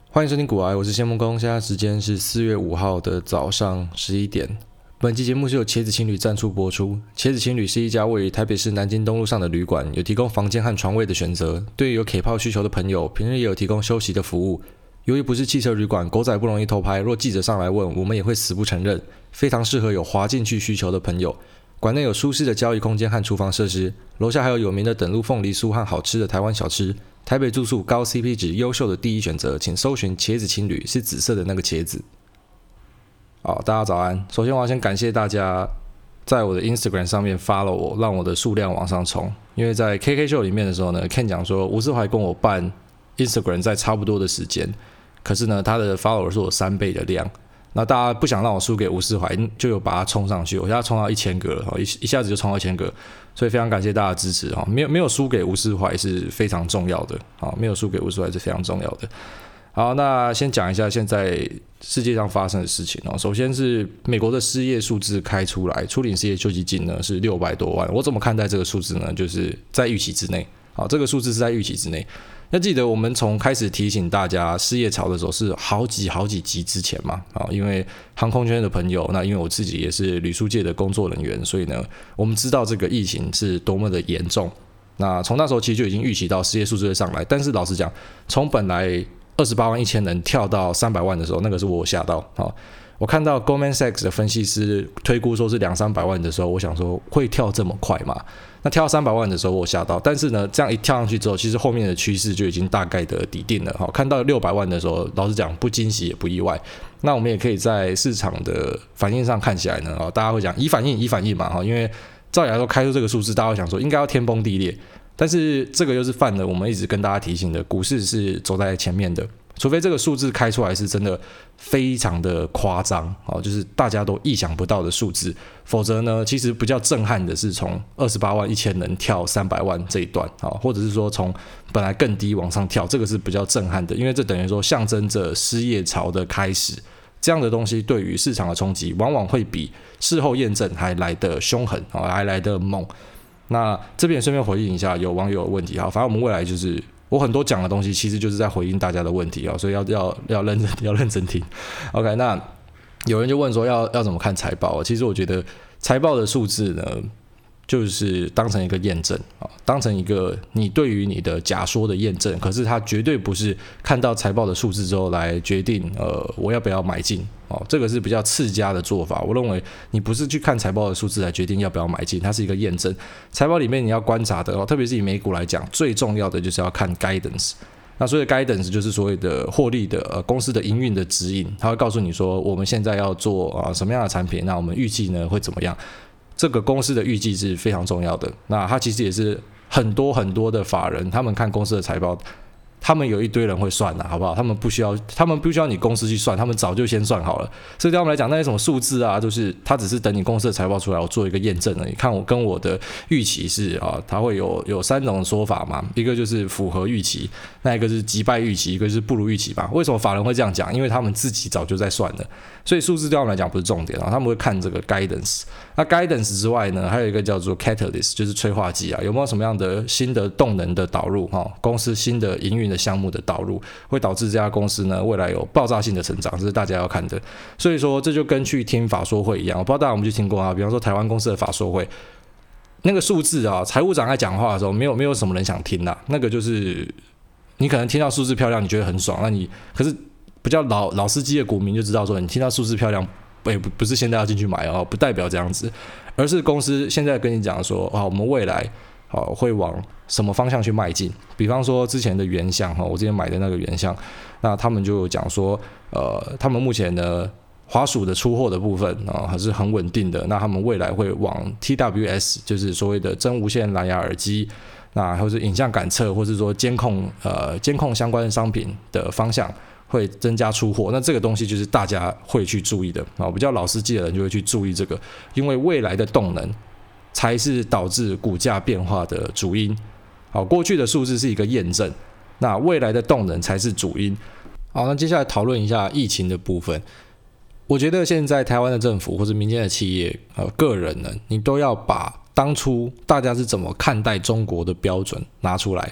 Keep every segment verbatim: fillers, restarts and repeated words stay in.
欢迎收听股癌，我是谢梦工，现在时间是四月五号的早上十一点。本期节目是由茄子青旅赞助播出。茄子青旅是一家位于台北市南京东路上的旅馆，有提供房间和床位的选择。对于有 K 泡需求的朋友，平日也有提供休息的服务。由于不是汽车旅馆，狗仔不容易偷拍，若记者上来问，我们也会死不承认。非常适合有滑进去需求的朋友。馆内有舒适的交易空间和厨房设施，楼下还有有名的等路凤梨酥和好吃的台湾小吃。台北住宿高 C P 值优秀的第一选择，请搜寻茄子青旅，是紫色的那个茄子。好，大家早安。首先我要先感谢大家在我的 Instagram 上面 follow 我，让我的数量往上冲。因为在 K K 秀里面的时候呢 Ken 讲说吴世怀跟我办 Instagram 在差不多的时间，可是呢他的 follower 是我三倍的量。那大家不想让我输给吴世怀，就有把它冲上去，我现在冲到一千个了，一一下子就冲到一千个，所以非常感谢大家的支持，没有没有输给吴世怀是非常重要的，没有输给吴世怀是非常重要的。好，那先讲一下现在世界上发生的事情哦。首先是美国的失业数字开出来，初领失业救济金呢是六百多万，我怎么看待这个数字呢？就是在预期之内，好，这个数字是在预期之内。要记得我们从开始提醒大家失业潮的时候是好几好几集之前嘛，因为航空圈的朋友，那因为我自己也是旅宿界的工作人员，所以呢我们知道这个疫情是多么的严重。那从那时候其实就已经预期到失业数字会上来，但是老实讲，从本来二十八万一千人跳到三百万的时候，那个是我吓到。我看到 Goldman Sachs 的分析师推估说是两三百万的时候，我想说会跳这么快吗？那跳到三百万的时候我吓到，但是呢这样一跳上去之后，其实后面的趋势就已经大概的底定了。看到六百万的时候，老实讲不惊喜也不意外。那我们也可以在市场的反应上看起来呢，大家会讲以反应以反应嘛，因为照理来说开出这个数字，大家会想说应该要天崩地裂，但是这个又是犯了我们一直跟大家提醒的，股市是走在前面的，除非这个数字开出来是真的非常的夸张，就是大家都意想不到的数字，否则呢其实比较震撼的是从二十八万一千人跳三百万这一段，或者是说从本来更低往上跳，这个是比较震撼的，因为这等于说象征着失业潮的开始。这样的东西对于市场的冲击往往会比事后验证还来得凶狠，还来得猛。那这边顺便回应一下有网友的问题，反正我们未来就是我很多讲的东西其实就是在回应大家的问题，所以要要要认真要认真听。 OK， 那有人就问说要要怎么看财报，其实我觉得财报的数字呢就是当成一个验证，当成一个你对于你的假说的验证，可是它绝对不是看到财报的数字之后来决定呃我要不要买进，这个是比较次佳的做法。我认为你不是去看财报的数字来决定要不要买进，它是一个验证。财报里面你要观察的，特别是以美股来讲，最重要的就是要看 guidance。那所谓的 guidance 就是所谓的获利的、呃、公司的营运的指引，它会告诉你说我们现在要做、呃、什么样的产品，那我们预计呢会怎么样。这个公司的预计是非常重要的，那它其实也是很多很多的法人，他们看公司的财报，他们有一堆人会算啊，好不好？他们不需要，他们不需要你公司去算，他们早就先算好了。所以对他们来讲，那些什么数字啊，就是他只是等你公司的财报出来，我做一个验证而已。看我跟我的预期是啊，它会有有三种说法嘛，一个就是符合预期，那一个是击败预期，一个是不如预期嘛。为什么法人会这样讲？因为他们自己早就在算了，所以数字对他们来讲不是重点啊，他们会看这个 guidance。那 guidance 之外呢，还有一个叫做 catalyst， 就是催化剂啊，有没有什么样的新的动能的导入哈？公司新的营运的项目的导入，会导致这家公司呢未来有爆炸性的成长，这是大家要看的。所以说这就跟去听法说会一样，我不知道大家有没有去听过啊？比方说台湾公司的法说会，那个数字啊，财务长在讲话的时候，没有没有什么人想听啦、啊。那个就是你可能听到数字漂亮，你觉得很爽，那你可是比较老老司机的股民就知道说，你听到数字漂亮。欸、不, 不是现在要进去买哦，不代表这样子，而是公司现在跟你讲说，啊，我们未来、啊、会往什么方向去迈进。比方说之前的原相，我之前买的那个原相，那他们就有讲说，呃，他们目前呢滑鼠的出货的部分啊还是很稳定的，那他们未来会往 T W S， 就是所谓的真无线蓝牙耳机，那或是影像感测，或是说监控呃监控相关的商品的方向。会增加出货，那这个东西就是大家会去注意的，比较老司机的人就会去注意这个，因为未来的动能才是导致股价变化的主因。好，过去的数字是一个验证，那未来的动能才是主因。好，那接下来讨论一下疫情的部分。我觉得现在台湾的政府或者民间的企业、呃、个人呢，你都要把当初大家是怎么看待中国的标准拿出来。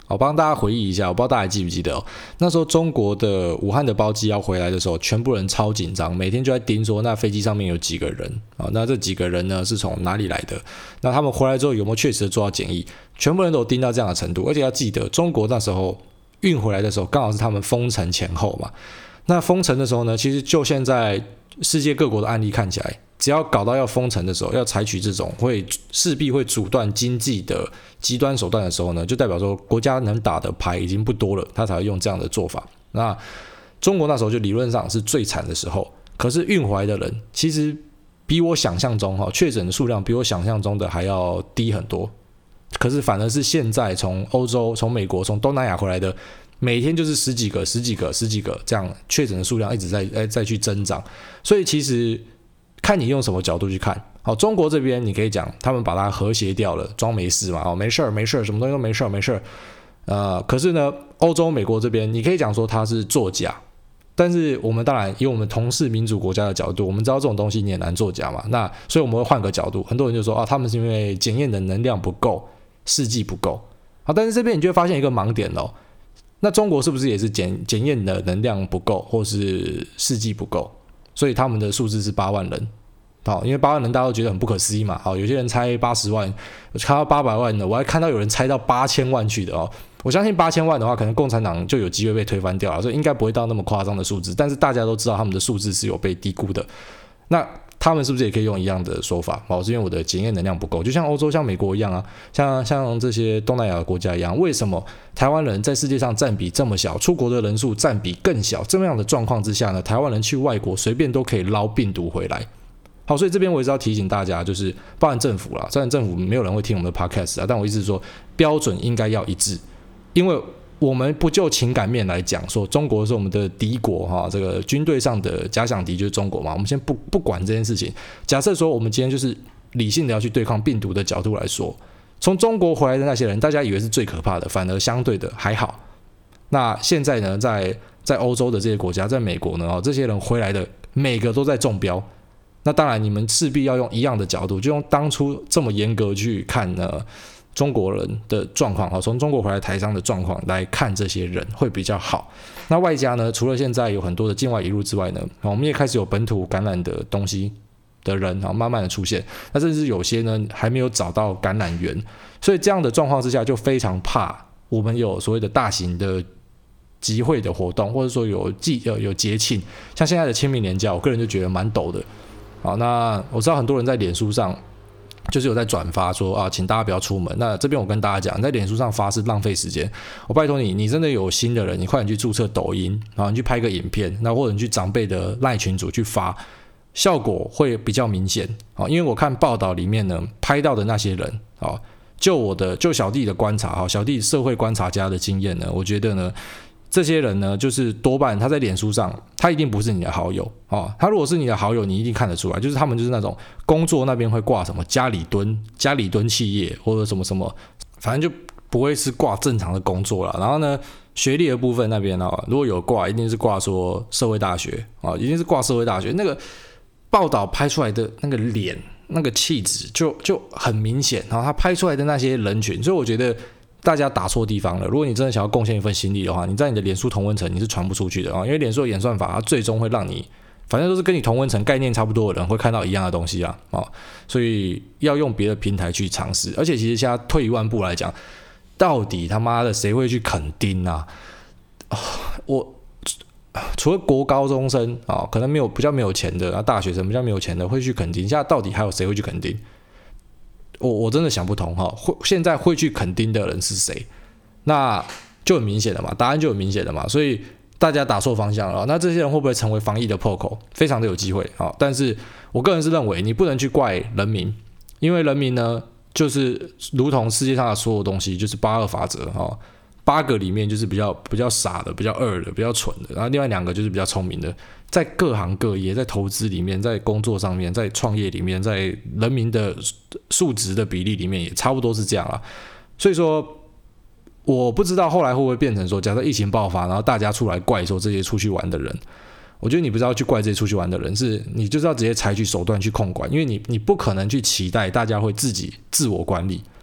我帮大家回忆一下，我不知道大家还记不记得哦，那时候中国的武汉的包机要回来的时候，全部人超紧张，每天就在盯说那飞机上面有几个人啊？那这几个人呢是从哪里来的？那他们回来之后有没有确实的做到检疫？全部人都盯到这样的程度，而且要记得，中国那时候运回来的时候，刚好是他们封城前后嘛。那封城的时候呢，其实就现在世界各国的案例看起来，只要搞到要封城的时候，要采取这种会势必会阻断经济的极端手段的时候呢，就代表说国家能打的牌已经不多了，他才会用这样的做法。那中国那时候就理论上是最惨的时候，可是运回来的人其实比我想象中哈确诊的数量比我想象中的还要低很多，可是反而是现在从欧洲、从美国、从东南亚回来的。每天就是十几个、十几个、十几个这样确诊的数量一直在在去增长，所以其实看你用什么角度去看。好，中国这边你可以讲他们把它和谐掉了，装没事嘛，哦，没事儿没事儿，什么东西都没事儿没事儿。呃，可是呢，欧洲、美国这边你可以讲说它是作假，但是我们当然以我们同是民主国家的角度，我们知道这种东西你也难作假嘛，那所以我们会换个角度，很多人就说啊，他们是因为检验的能量不够，试剂不够。好，但是这边你就会发现一个盲点哦。那中国是不是也是检检验的能量不够，或是试剂不够？所以他们的数字是八万人。好，因为八万人大家都觉得很不可思议嘛。好，有些人猜八十万，我看到八百万的，我还看到有人猜到八千万去的哦。我相信八千万的话，可能共产党就有机会被推翻掉了，所以应该不会到那么夸张的数字。但是大家都知道他们的数字是有被低估的。那他们是不是也可以用一样的说法？哦，是因为我的检验能量不够，就像欧洲、像美国一样啊，像像这些东南亚的国家一样。为什么台湾人在世界上占比这么小，出国的人数占比更小？这样的状况之下呢，台湾人去外国随便都可以捞病毒回来。好，所以这边我也是要提醒大家，就是包含政府啦，虽然政府没有人会听我们的 podcast 啊，但我一直说标准应该要一致，因为我们不就情感面来讲，说中国是我们的敌国哈，这个军队上的假想敌就是中国嘛。我们先不不管这件事情，假设说我们今天就是理性的要去对抗病毒的角度来说，从中国回来的那些人，大家以为是最可怕的，反而相对的还好。那现在呢，在在欧洲的这些国家，在美国呢，这些人回来的每个都在中标。那当然，你们势必要用一样的角度，就用当初这么严格去看呢。中国人的状况，从中国回来台商的状况来看，这些人会比较好。那外加呢，除了现在有很多的境外移入之外呢，我们也开始有本土感染的东西的人，慢慢的出现。那甚至有些呢还没有找到感染源，所以这样的状况之下，就非常怕我们有所谓的大型的集会的活动，或者说有季有有节庆，像现在的清明连假，我个人就觉得蛮陡的。好，那我知道很多人在脸书上。就是有在转发说啊，请大家不要出门。那这边我跟大家讲，在脸书上发是浪费时间。我拜托你，你真的有心的人，你快点去注册抖音，然后你去拍个影片，那或者你去长辈的赖群组去发，效果会比较明显。因为我看报道里面呢，拍到的那些人，就我的就小弟的观察，小弟社会观察家的经验呢，我觉得呢。这些人呢，就是多半他在脸书上，他一定不是你的好友哦。他如果是你的好友，你一定看得出来，就是他们就是那种工作那边会挂什么家里蹲、家里蹲企业或者什么什么，反正就不会是挂正常的工作了。然后呢，学历的部分那边啊，如果有挂，一定是挂说社会大学啊，一定是挂社会大学。那个报道拍出来的那个脸、那个气质就就很明显，然后他拍出来的那些人群，所以我觉得。大家打错地方了。如果你真的想要贡献一份心力的话，你在你的脸书同温层你是传不出去的啊，因为脸书的演算法它最终会让你，反正都是跟你同温层概念差不多的人会看到一样的东西啊，哦，所以要用别的平台去尝试。而且其实现在退一万步来讲，到底他妈的谁会去垦丁啊？哦、我除了国高中生啊、哦，可能没有比较没有钱的，大学生比较没有钱的会去垦丁。现在到底还有谁会去垦丁？我我真的想不通哈，会现在会去垦丁的人是谁？那就很明显的嘛，答案就很明显的嘛，所以大家打错方向了。那这些人会不会成为防疫的破口？非常的有机会啊！但是我个人是认为，你不能去怪人民，因为人民呢，就是如同世界上的所有东西，就是八二法则哈，八个里面就是比较比较傻的、比较二的、比较蠢的，然后另外两个就是比较聪明的。在各行各业，在投资里面，在工作上面，在创业里面，在人民的数值的比例里面，也差不多是这样啦。所以说，我不知道后来会不会变成说，假设疫情爆发，然后大家出来怪说这些出去玩的人，我觉得你不是要去怪这些出去玩的人，是你就是要直接采取手段去控管，因为你你不可能去期待大家会自己自我管理。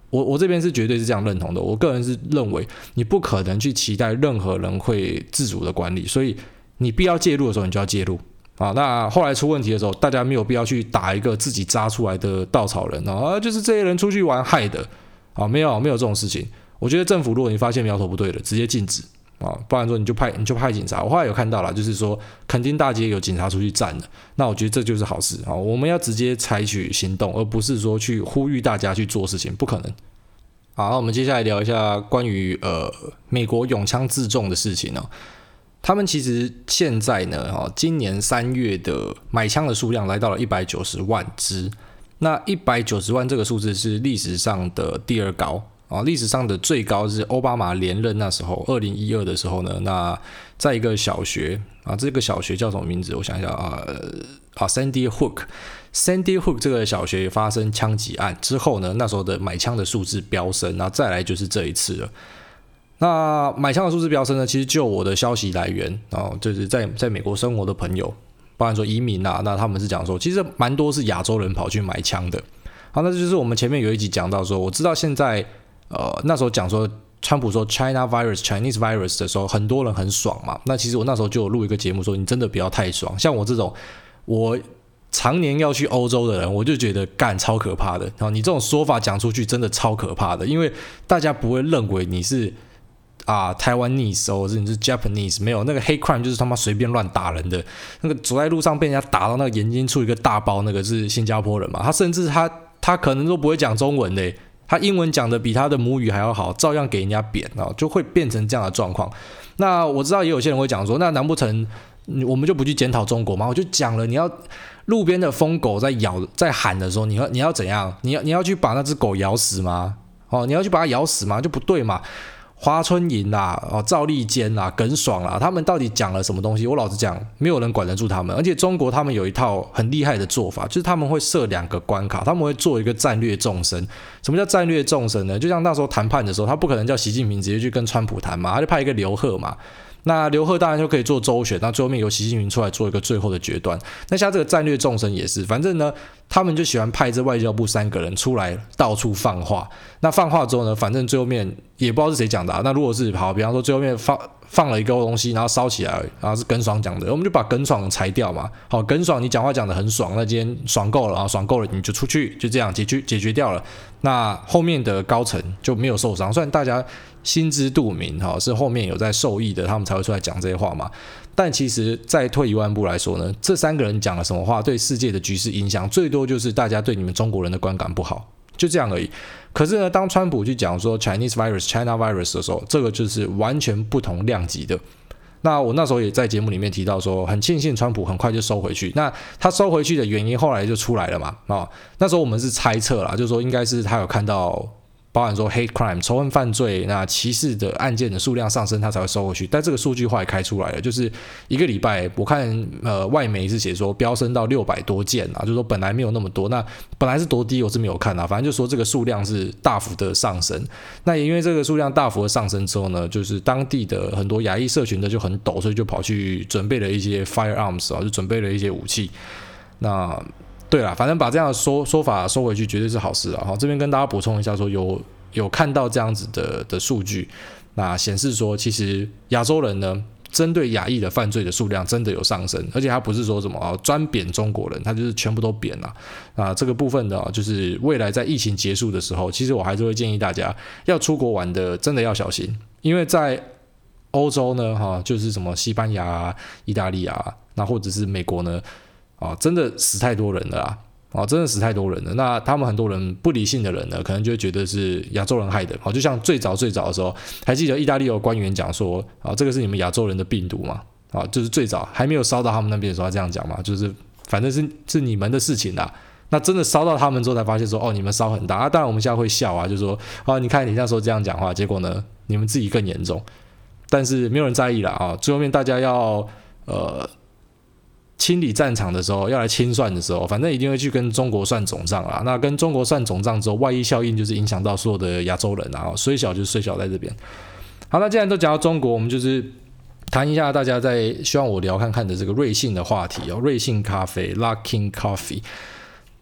我我这边是绝对是这样认同的。我个人是认为，你不可能去期待任何人会自主的管理，所以你必要介入的时候，你就要介入。啊，那后来出问题的时候，大家没有必要去打一个自己扎出来的稻草人啊，就是这些人出去玩害的啊，没有没有这种事情。我觉得政府如果你发现苗头不对的，直接禁止啊，不然说你就派你就派警察。我后来有看到了，就是说垦丁大街有警察出去站的，那我觉得这就是好事啊。我们要直接采取行动，而不是说去呼吁大家去做事情，不可能。好，那我们接下来聊一下关于呃美国拥枪自重的事情哦。他们其实现在呢，今年三月的买枪的数量来到了一百九十万支。那一百九十万这个数字是历史上的第二高啊，历史上的最高是奥巴马连任那时候，二零一二的时候呢，那在一个小学啊，这个小学叫什么名字？我想一下啊，啊 ，Sandy Hook。Sandy Hook 这个小学发生枪击案之后呢，那时候的买枪的数字飙升，然后再来就是这一次了。那买枪的数字飙升呢，其实就我的消息来源，哦，就是在在美国生活的朋友，包含说移民啊，那他们是讲说，其实蛮多是亚洲人跑去买枪的。好，那就是我们前面有一集讲到说，我知道现在呃那时候讲说，川普说 China virus Chinese virus 的时候，很多人很爽嘛。那其实我那时候就有录一个节目说，你真的不要太爽。像我这种我常年要去欧洲的人，我就觉得干超可怕的。然后你这种说法讲出去，真的超可怕的，因为大家不会认为你是。啊，台湾 Taiwanese 或者你是 Japanese， 没有那个 hate crime 就是他妈随便乱打人的，那个走在路上被人家打到那个眼睛出一个大包，那个是新加坡人嘛？他甚至他他可能都不会讲中文的，他英文讲的比他的母语还要好，照样给人家扁啊，就会变成这样的状况。那我知道也有些人会讲说，那难不成我们就不去检讨中国吗？我就讲了，你要路边的疯狗在咬在喊的时候，你要你要怎样？你要你要去把那只狗咬死吗？哦，你要去把它咬死吗？就不对嘛。华春莹啦、哦、赵立坚啦、耿爽啦，他们到底讲了什么东西？我老实讲，没有人管得住他们。而且中国他们有一套很厉害的做法，就是他们会设两个关卡，他们会做一个战略纵深。什么叫战略纵深呢？就像那时候谈判的时候，他不可能叫习近平直接去跟川普谈嘛，他就派一个刘鹤嘛。那刘鹤当然就可以做周旋，那最后面由习近平出来做一个最后的决断。那像这个战略纵深也是，反正呢，他们就喜欢派这外交部三个人出来到处放话。那放话之后呢，反正最后面也不知道是谁讲的、啊。那如果是好，比方说最后面放放了一个东西，然后烧起来，然后是耿爽讲的，我们就把耿爽裁掉嘛。好，耿爽你讲话讲得很爽，那今天爽够了啊，爽够了你就出去，就这样解决解决掉了。那后面的高层就没有受伤，虽然大家心知肚明哈，是后面有在受益的，他们才会出来讲这些话嘛。但其实再退一万步来说呢，这三个人讲了什么话，对世界的局势影响最多就是大家对你们中国人的观感不好，就这样而已。可是呢，当川普去讲说 Chinese virus China virus 的时候，这个就是完全不同量级的。那我那时候也在节目里面提到说，很庆幸川普很快就收回去。那他收回去的原因后来就出来了嘛。哦，那时候我们是猜测啦，就是说应该是他有看到包含说 hate crime 仇恨犯罪，那歧视的案件的数量上升，他才会收回去。但这个数据后来开出来了，就是一个礼拜，我看呃外媒是写说飙升到六百多件啊，就是说本来没有那么多，那本来是多低我是没有看啊，反正就说这个数量是大幅的上升。那也因为这个数量大幅的上升之后呢，就是当地的很多亚裔社群的就很抖，所以就跑去准备了一些 firearms 啊，就准备了一些武器。那对啦，反正把这样的 说, 说法收回去绝对是好事啊！好，这边跟大家补充一下说，有有看到这样子的的数据，那显示说，其实亚洲人呢，针对亚裔的犯罪的数量真的有上升，而且他不是说什么啊专贬中国人，他就是全部都贬了啊。这个部分呢，就是未来在疫情结束的时候，其实我还是会建议大家要出国玩的，真的要小心，因为在欧洲呢，哈，就是什么西班牙啊、意大利啊，那或者是美国呢。啊，真的死太多人了啊！啊，真的死太多人了。那他们很多人不理性的人呢，可能就会觉得是亚洲人害的。啊，就像最早最早的时候，还记得意大利有官员讲说，啊，这个是你们亚洲人的病毒嘛？啊，就是最早还没有烧到他们那边的时候，他这样讲嘛，就是反正是是你们的事情啦。那真的烧到他们之后，才发现说，哦，你们烧很大。啊，当然我们现在会笑啊，就说，啊，你看你那时候这样讲话，结果呢，你们自己更严重。但是没有人在意啦啊，最后面大家要呃。清理战场的时候，要来清算的时候，反正一定会去跟中国算总账啦。那跟中国算总账之后，外溢效应就是影响到所有的亚洲人啊，虽小就是虽小在这边。好，那既然都讲到中国，我们就是谈一下大家在希望我聊看看的这个瑞幸的话题哦，瑞幸咖啡 Luckin Coffee。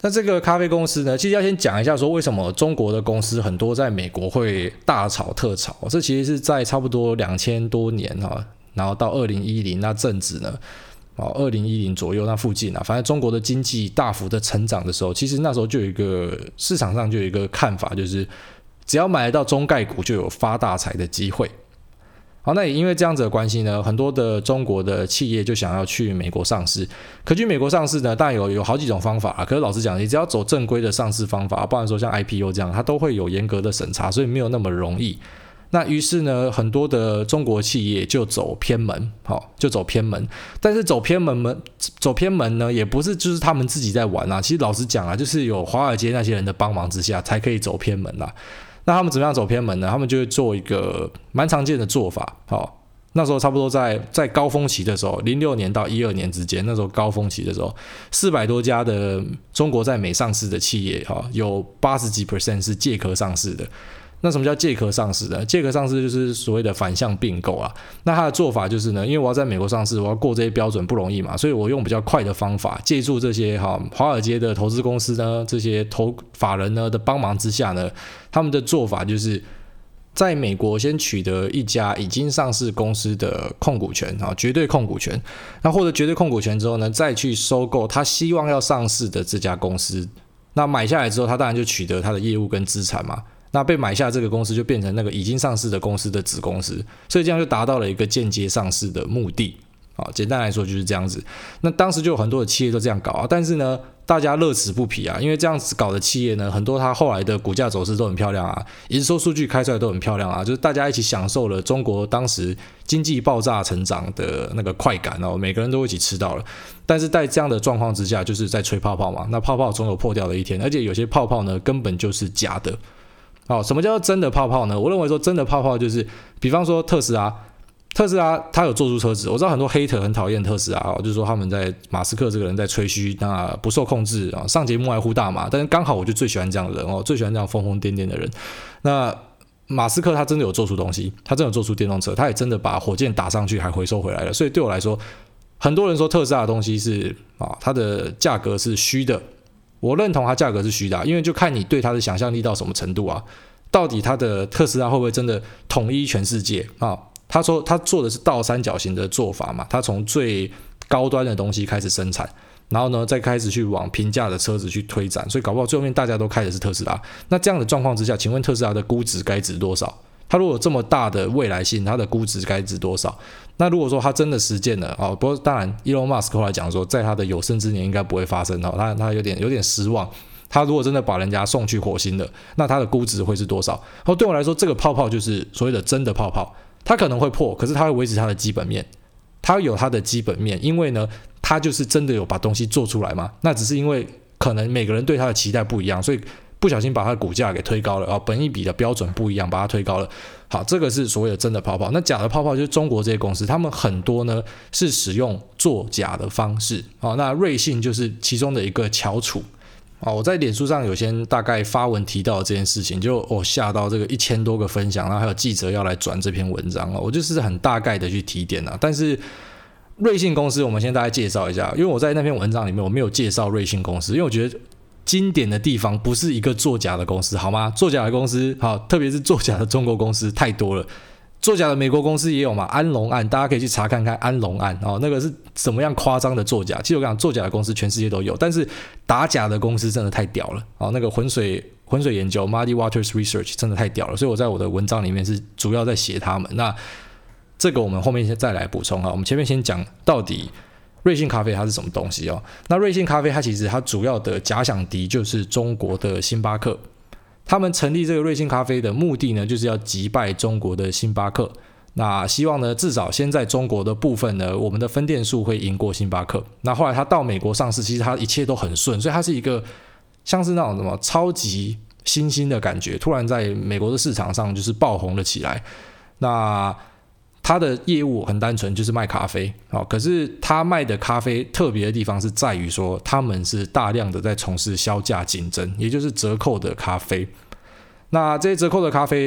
那这个咖啡公司呢，其实要先讲一下说为什么中国的公司很多在美国会大炒特炒，这其实是在差不多两千多年啊，然后到二零一零那阵子呢，哦，二零一零左右那附近啊，反正中国的经济大幅的成长的时候，其实那时候就有一个市场上就有一个看法，就是只要买得到中概股就有发大财的机会。好，那也因为这样子的关系呢，很多的中国的企业就想要去美国上市。可去美国上市呢，当然有有好几种方法啊。可是老实讲，你只要走正规的上市方法，不然说像 I P O 这样，它都会有严格的审查，所以没有那么容易。那于是呢，很多的中国企业就走偏门，好，就走偏门。但是走偏门门，走偏门呢，也不是就是他们自己在玩啊。其实老实讲啊，就是有华尔街那些人的帮忙之下，才可以走偏门啦。那他们怎么样走偏门呢？他们就会做一个蛮常见的做法，好，那时候差不多在在高峰期的时候，零六年到一二年之间，那时候高峰期的时候，四百多家的中国在美上市的企业，哈，有八十几 percent 是借壳上市的。那什么叫借壳上市呢？借壳上市就是所谓的反向并购啊。那它的做法就是呢，因为我要在美国上市，我要过这些标准不容易嘛，所以我用比较快的方法，借助这些哈华尔街的投资公司呢，这些投法人呢的帮忙之下呢，他们的做法就是在美国先取得一家已经上市公司的控股权啊，绝对控股权。那获得绝对控股权之后呢，再去收购他希望要上市的这家公司。那买下来之后，他当然就取得他的业务跟资产嘛。那被买下这个公司就变成那个已经上市的公司的子公司，所以这样就达到了一个间接上市的目的。好，简单来说就是这样子。那当时就有很多的企业都这样搞啊，但是呢，大家乐此不疲啊，因为这样子搞的企业呢，很多它后来的股价走势都很漂亮啊，营收数据开出来都很漂亮啊，就是大家一起享受了中国当时经济爆炸成长的那个快感哦，每个人都一起吃到了。但是在这样的状况之下，就是在吹泡泡嘛，那泡泡总有破掉的一天，而且有些泡泡呢根本就是假的。好，什么叫做真的泡泡呢？我认为说真的泡泡就是，比方说特斯拉，特斯拉它有做出车子，我知道很多 hater 很讨厌特斯拉，就是说他们在马斯克这个人在吹嘘，那不受控制啊，上节目还呼大麻，但是刚好我就最喜欢这样的人哦，最喜欢这样疯疯癫癫的人。那马斯克他真的有做出东西，他真的有做出电动车，他也真的把火箭打上去还回收回来了，所以对我来说，很多人说特斯拉的东西是啊，它的价格是虚的。我认同它价格是虚的，因为就看你对它的想象力到什么程度啊。到底它的特斯拉会不会真的统一全世界啊？他说他做的是倒三角形的做法嘛，他从最高端的东西开始生产，然后呢再开始去往平价的车子去推展，所以搞不好最后面大家都开的是特斯拉。那这样的状况之下，请问特斯拉的估值该值多少？它如果有这么大的未来性，它的估值该值多少？那如果说它真的实践了，哦，不过当然 Elon Musk 后来讲说，在他的有生之年应该不会发生，哦，他他有点有点失望。他如果真的把人家送去火星了，那他的估值会是多少？然后对我来说，这个泡泡就是所谓的真的泡泡，它可能会破，可是它会维持它的基本面，它有它的基本面，因为呢，它就是真的有把东西做出来嘛。那只是因为可能每个人对它的期待不一样，所以不小心把它的股价给推高了啊，本益比的标准不一样，把它推高了。好，这个是所谓的真的泡泡。那假的泡泡就是中国这些公司，他们很多呢是使用作假的方式啊。那瑞信就是其中的一个翘楚啊。我在脸书上有先大概发文提到这件事情，就我、哦、下到这个一千多个分享，然后还有记者要来转这篇文章啊。我就是很大概的去提点啊，但是。瑞信公司我们先大概介绍一下，因为我在那篇文章里面我没有介绍瑞信公司，因为我觉得经典的地方不是一个作假的公司，好吗？作假的公司，好，特别是作假的中国公司太多了，作假的美国公司也有嘛，安龙案，大家可以去查看看安龙案哦，那个是怎么样夸张的作假。其实我跟你讲，作假的公司全世界都有，但是打假的公司真的太屌了哦，那个浑水浑水研究 Muddy Waters Research 真的太屌了，所以我在我的文章里面是主要在写他们。那这个我们后面再来补充啊，我们前面先讲到底瑞幸咖啡它是什么东西哦。那瑞幸咖啡它其实它主要的假想敌就是中国的星巴克，他们成立这个瑞幸咖啡的目的呢，就是要击败中国的星巴克。那希望呢，至少先在中国的部分呢，我们的分店数会赢过星巴克。那后来它到美国上市，其实它一切都很顺，所以它是一个像是那种什么超级新兴的感觉，突然在美国的市场上就是爆红了起来。那他的业务很单纯，就是卖咖啡，哦，可是他卖的咖啡特别的地方是在于说，他们是大量的在从事销价竞争，也就是折扣的咖啡。那这些折扣的咖啡，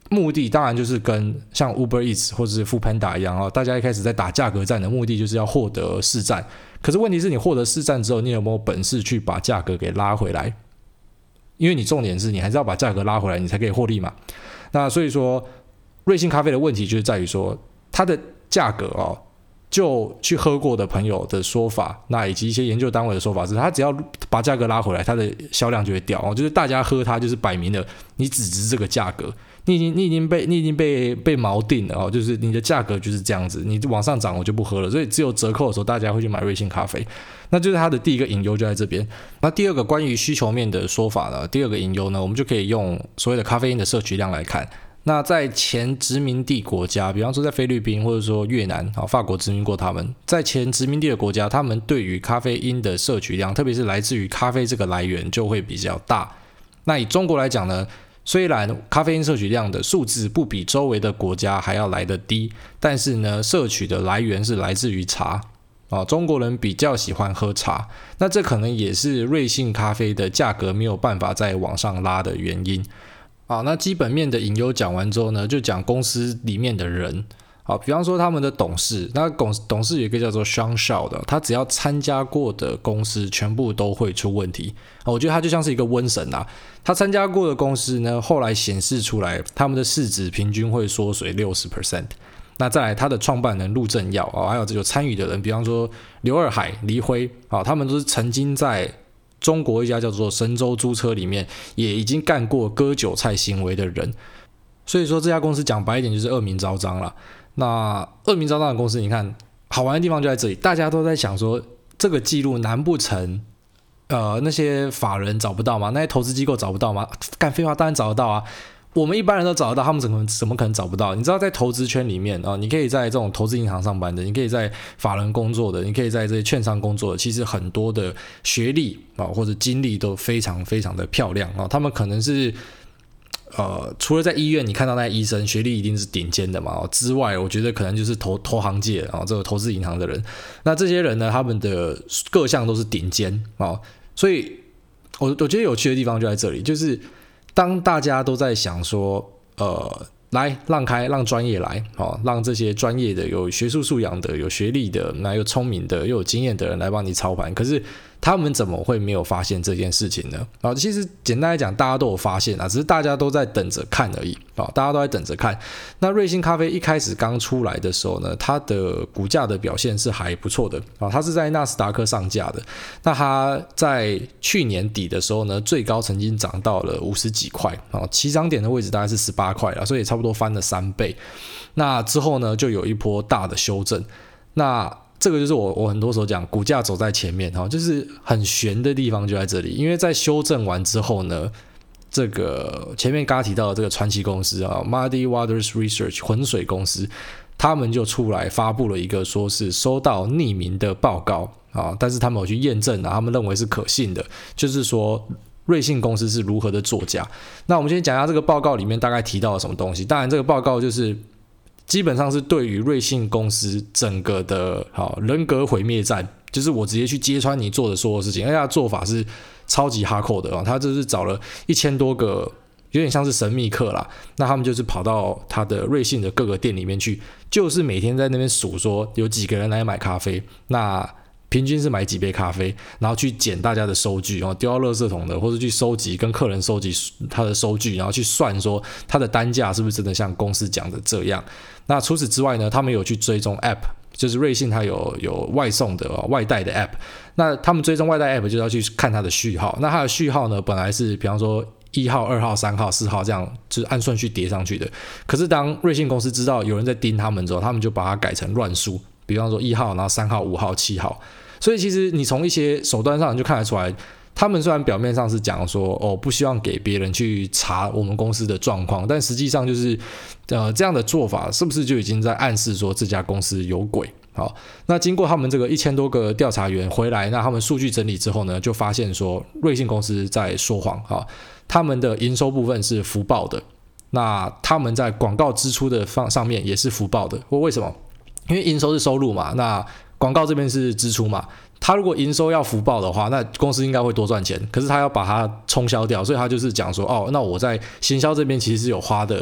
目的当然就是跟像 Uber Eats 或者是 Foodpanda 一样、哦、大家一开始在打价格战的目的就是要获得市占，可是问题是你获得市占之后，你有没有本事去把价格给拉回来？因为你重点是你还是要把价格拉回来，你才可以获利嘛。那所以说，瑞幸咖啡的问题就是在于说，它的价格哦，就去喝过的朋友的说法，那以及一些研究单位的说法是，它只要把价格拉回来，它的销量就会掉哦。就是大家喝它，就是摆明了你只值这个价格，你已经你已经被你已经被被锚定了哦，就是你的价格就是这样子，你往上涨我就不喝了，所以只有折扣的时候，大家会去买瑞幸咖啡。那就是它的第一个隐忧就在这边。那第二个关于需求面的说法呢，第二个隐忧呢，我们就可以用所谓的咖啡因的摄取量来看。那在前殖民地国家，比方说在菲律宾或者说越南，法国殖民过他们，在前殖民地的国家，他们对于咖啡因的摄取量，特别是来自于咖啡这个来源就会比较大。那以中国来讲呢，虽然咖啡因摄取量的数字不比周围的国家还要来得低，但是呢，摄取的来源是来自于茶。哦、中国人比较喜欢喝茶，那这可能也是瑞幸咖啡的价格没有办法再往上拉的原因。好，那基本面的隐忧讲完之后呢，就讲公司里面的人。好，比方说他们的董事，那董董事有一个叫做商少的，他只要参加过的公司全部都会出问题。我觉得他就像是一个瘟神啊，他参加过的公司呢，后来显示出来他们的市值平均会缩水 百分之六十。那再来他的创办人陆正耀、哦、还有这个参与的人，比方说刘二海、黎辉、哦、他们都是曾经在中国一家叫做神州租车里面也已经干过割韭菜行为的人，所以说这家公司讲白一点就是恶名昭彰啦。那恶名昭彰的公司，你看好玩的地方就在这里，大家都在想说这个记录难不成呃那些法人找不到吗？那些投资机构找不到吗？干废话，当然找得到啊。我们一般人都找得到，他们怎么怎么可能找不到？你知道，在投资圈里面啊，你可以在这种投资银行上班的，你可以在法人工作的，你可以在这些券商工作的，其实很多的学历啊或者经历都非常非常的漂亮啊。他们可能是呃，除了在医院你看到那些医生学历一定是顶尖的嘛之外，我觉得可能就是投投行界啊，这个投资银行的人，那这些人呢，他们的各项都是顶尖啊，所以我我觉得有趣的地方就在这里，就是。当大家都在想说，呃，来让开，让专业来，哦，让这些专业的、有学术素养的、有学历的、那又聪明的、又有经验的人来帮你操盘，可是他们怎么会没有发现这件事情呢？啊，其实简单来讲，大家都有发现啊，只是大家都在等着看而已啊，大家都在等着看。那瑞幸咖啡一开始刚出来的时候呢，它的股价的表现是还不错的啊，它是在纳斯达克上架的。那它在去年底的时候呢，最高曾经涨到了五十几块啊，起涨点的位置大概是十八块啦，所以差不多翻了三倍。那之后呢，就有一波大的修正。那这个就是我我很多时候讲股价走在前面哈，就是很悬的地方就在这里，因为在修正完之后呢，这个前面刚刚提到的这个传奇公司啊 ，Muddy Waters Research 浑水公司，他们就出来发布了一个说是收到匿名的报告啊，但是他们有去验证啊，他们认为是可信的，就是说瑞幸公司是如何的作假。那我们先讲一下这个报告里面大概提到了什么东西。当然，这个报告就是基本上是对于瑞幸公司整个的好人格毁灭战，就是我直接去揭穿你做的所有事情，而且他的做法是超级哈扣的哦，他就是找了一千多个。有点像是神秘客啦，那他们就是跑到他的瑞幸的各个店里面去，就是每天在那边数说有几个人来买咖啡，那平均是买几杯咖啡，然后去捡大家的收据，然后丢到垃圾桶的，或者去收集跟客人收集他的收据，然后去算说他的单价是不是真的像公司讲的这样。那除此之外呢，他们有去追踪 App， 就是瑞幸它有有外送的外带的 App， 那他们追踪外带 App 就是要去看它的序号，那它的序号呢本来是比方说一号、二号、三号、四号这样，就是按顺序叠上去的。可是当瑞幸公司知道有人在盯他们之后，他们就把它改成乱数，比方说一号，然后三号、五号、七号。所以其实你从一些手段上你就看得出来，他们虽然表面上是讲说哦不希望给别人去查我们公司的状况，但实际上就是呃这样的做法是不是就已经在暗示说这家公司有鬼？好，那经过他们这个一千多个调查员回来，那他们数据整理之后呢，就发现说瑞幸公司在说谎啊。他们的营收部分是浮报的，那他们在广告支出的上面也是浮报的。为什么？因为营收是收入嘛，那广告这边是支出嘛。他如果营收要浮报的话，那公司应该会多赚钱，可是他要把它冲销掉，所以他就是讲说，哦，那我在行销这边其实是有花的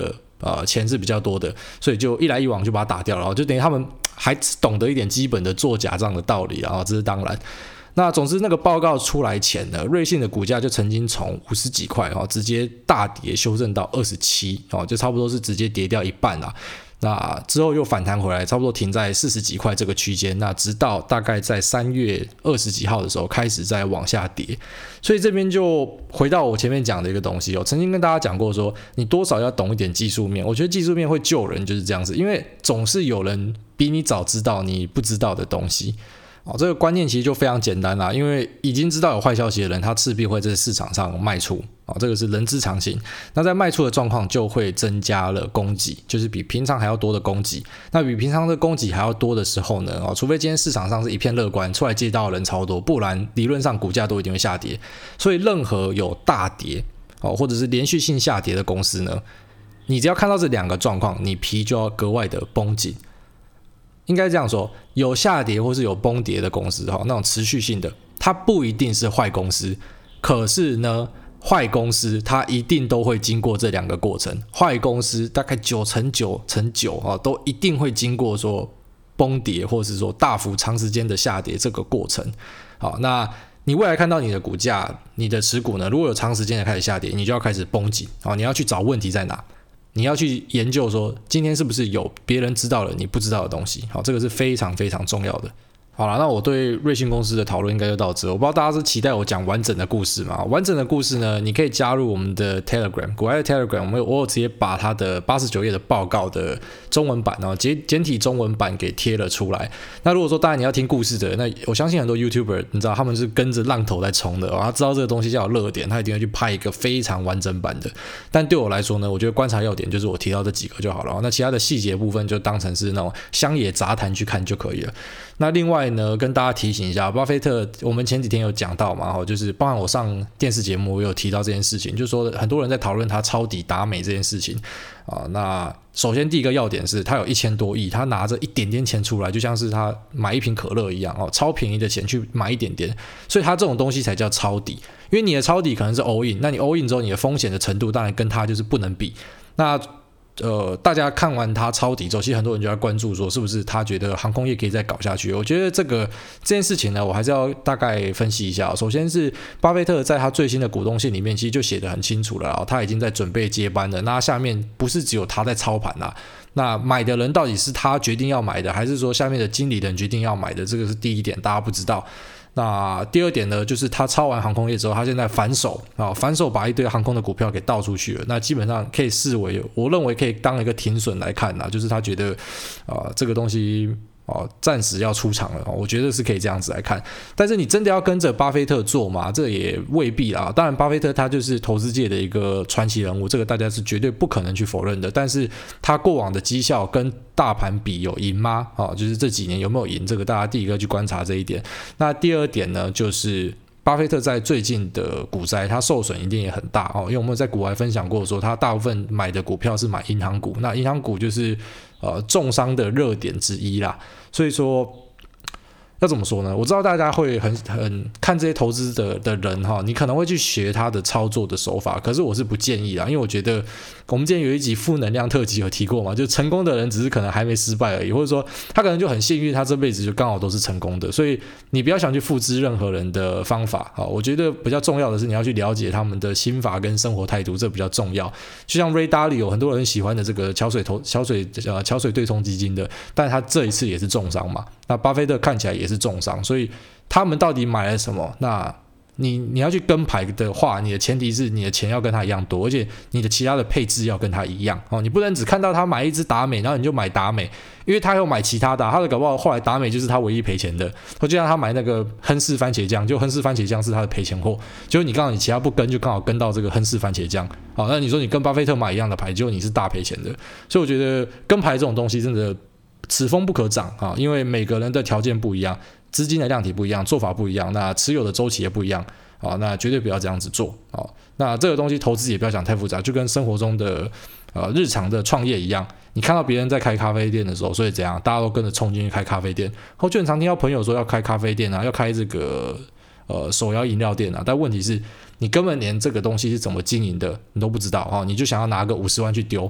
呃钱是比较多的，所以就一来一往就把它打掉了，就等于他们还懂得一点基本的做假账的道理啊，这是当然。那总之那个报告出来前呢，瑞信的股价就曾经从五十几块哦，直接大跌修正到二十七哦，就差不多是直接跌掉一半啦。那之后又反弹回来，差不多停在四十几块这个区间。那直到大概在三月二十几号的时候开始在往下跌。所以这边就回到我前面讲的一个东西哦，曾经跟大家讲过说，你多少要懂一点技术面。我觉得技术面会救人就是这样子，因为总是有人比你早知道你不知道的东西。哦，这个观念其实就非常简单啦，因为已经知道有坏消息的人，他势必会在市场上卖出，哦，这个是人之常情。那在卖出的状况就会增加了供给，就是比平常还要多的供给。那比平常的供给还要多的时候呢，哦，除非今天市场上是一片乐观，出来借到的人超多，不然理论上股价都一定会下跌。所以任何有大跌，哦，或者是连续性下跌的公司呢，你只要看到这两个状况，你皮就要格外的绷紧。应该这样说，有下跌或是有崩跌的公司，那种持续性的，它不一定是坏公司，可是呢，坏公司它一定都会经过这两个过程。坏公司大概九成九成九都一定会经过说崩跌，或是说大幅长时间的下跌这个过程。好，那你未来看到你的股价，你的持股呢，如果有长时间的开始下跌，你就要开始绷紧，你要去找问题在哪。你要去研究说今天是不是有别人知道了你不知道的东西，好，这个是非常非常重要的。好了，那我对瑞信公司的讨论应该就到这。我不知道大家是期待我讲完整的故事吗？完整的故事呢，你可以加入我们的 Telegram， 国外的 Telegram， 我们有我有直接把它的八十九页的报告的中文版哦，简简体中文版给贴了出来。那如果说当然你要听故事的，那我相信很多 YouTuber 你知道他们是跟着浪头在冲的，哦，他知道这个东西要有热点，他一定会去拍一个非常完整版的。但对我来说呢，我觉得观察要点就是我提到这几个就好了，那其他的细节部分就当成是那种乡野杂谈去看就可以了。那另外呢，跟大家提醒一下，巴菲特，我们前几天有讲到嘛，就是包含我上电视节目，我有提到这件事情，就是说很多人在讨论他抄底达美这件事情啊。那首先第一个要点是，他有一千多亿，他拿着一点点钱出来，就像是他买一瓶可乐一样哦，超便宜的钱去买一点点，所以他这种东西才叫抄底。因为你的抄底可能是 all in， 那你 all in 之后，你的风险的程度当然跟他就是不能比。那呃，大家看完他抄底之后，其实很多人就在关注说，是不是他觉得航空业可以再搞下去？我觉得这个这件事情呢，我还是要大概分析一下。首先是巴菲特在他最新的股东信里面，其实就写得很清楚了，他已经在准备接班了。那下面不是只有他在操盘啦，那买的人到底是他决定要买的，还是说下面的经理人决定要买的？这个是第一点，大家不知道。那第二点呢，就是他抄完航空业之后，他现在反手啊，反手把一堆航空的股票给倒出去了。那基本上可以视为，我认为可以当一个停损来看啦，就是他觉得啊、呃、这个东西哦，暂时要出场了，我觉得是可以这样子来看。但是你真的要跟着巴菲特做吗？这也未必啦。当然，巴菲特他就是投资界的一个传奇人物，这个大家是绝对不可能去否认的。但是他过往的绩效跟大盘比有赢吗？哦，就是这几年有没有赢？这个大家第一个去观察这一点。那第二点呢，就是巴菲特在最近的股灾，他受损一定也很大哦，因为我们在股外分享过说，他大部分买的股票是买银行股，那银行股就是呃重伤的热点之一啦，所以说。要怎么说呢？我知道大家会很很看这些投资的的人哈，你可能会去学他的操作的手法，可是我是不建议啦，因为我觉得我们之前有一集负能量特辑有提过嘛，就成功的人只是可能还没失败而已，或者说他可能就很幸运，他这辈子就刚好都是成功的，所以你不要想去复制任何人的方法哈。我觉得比较重要的是你要去了解他们的心法跟生活态度，这比较重要。就像 Ray Dalio 很多人喜欢的这个桥水投桥水呃桥水对冲基金的，但他这一次也是重伤嘛。那巴菲特看起来也是重伤，所以他们到底买了什么？那你你要去跟牌的话，你的前提是你的钱要跟他一样多，而且你的其他的配置要跟他一样哦。你不能只看到他买一只达美，然后你就买达美，因为他有买其他的，他的搞不好后来达美就是他唯一赔钱的。就像他买那个亨氏番茄酱，就亨氏番茄酱是他的赔钱货，结果你刚好你其他不跟，就刚好跟到这个亨氏番茄酱。好，那你说你跟巴菲特买一样的牌，结果你是大赔钱的。所以我觉得跟牌这种东西真的。此风不可长啊，因为每个人的条件不一样，资金的量体不一样，做法不一样，那持有的周期也不一样啊，那绝对不要这样子做啊。那这个东西投资也不要想太复杂，就跟生活中的呃日常的创业一样，你看到别人在开咖啡店的时候，所以怎样，大家都跟着冲进去开咖啡店。我就很常听到朋友说要开咖啡店啊，要开这个呃手摇饮料店啊，但问题是你根本连这个东西是怎么经营的你都不知道啊，你就想要拿个五十万去丢。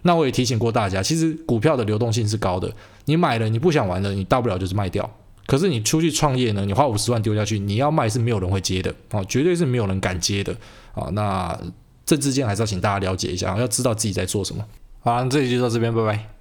那我也提醒过大家，其实股票的流动性是高的，你买了你不想玩了，你大不了就是卖掉。可是你出去创业呢，你花五十万丢下去，你要卖是没有人会接的、哦、绝对是没有人敢接的、哦、那这之间还是要请大家了解一下，要知道自己在做什么。好，这里就到这边，拜拜。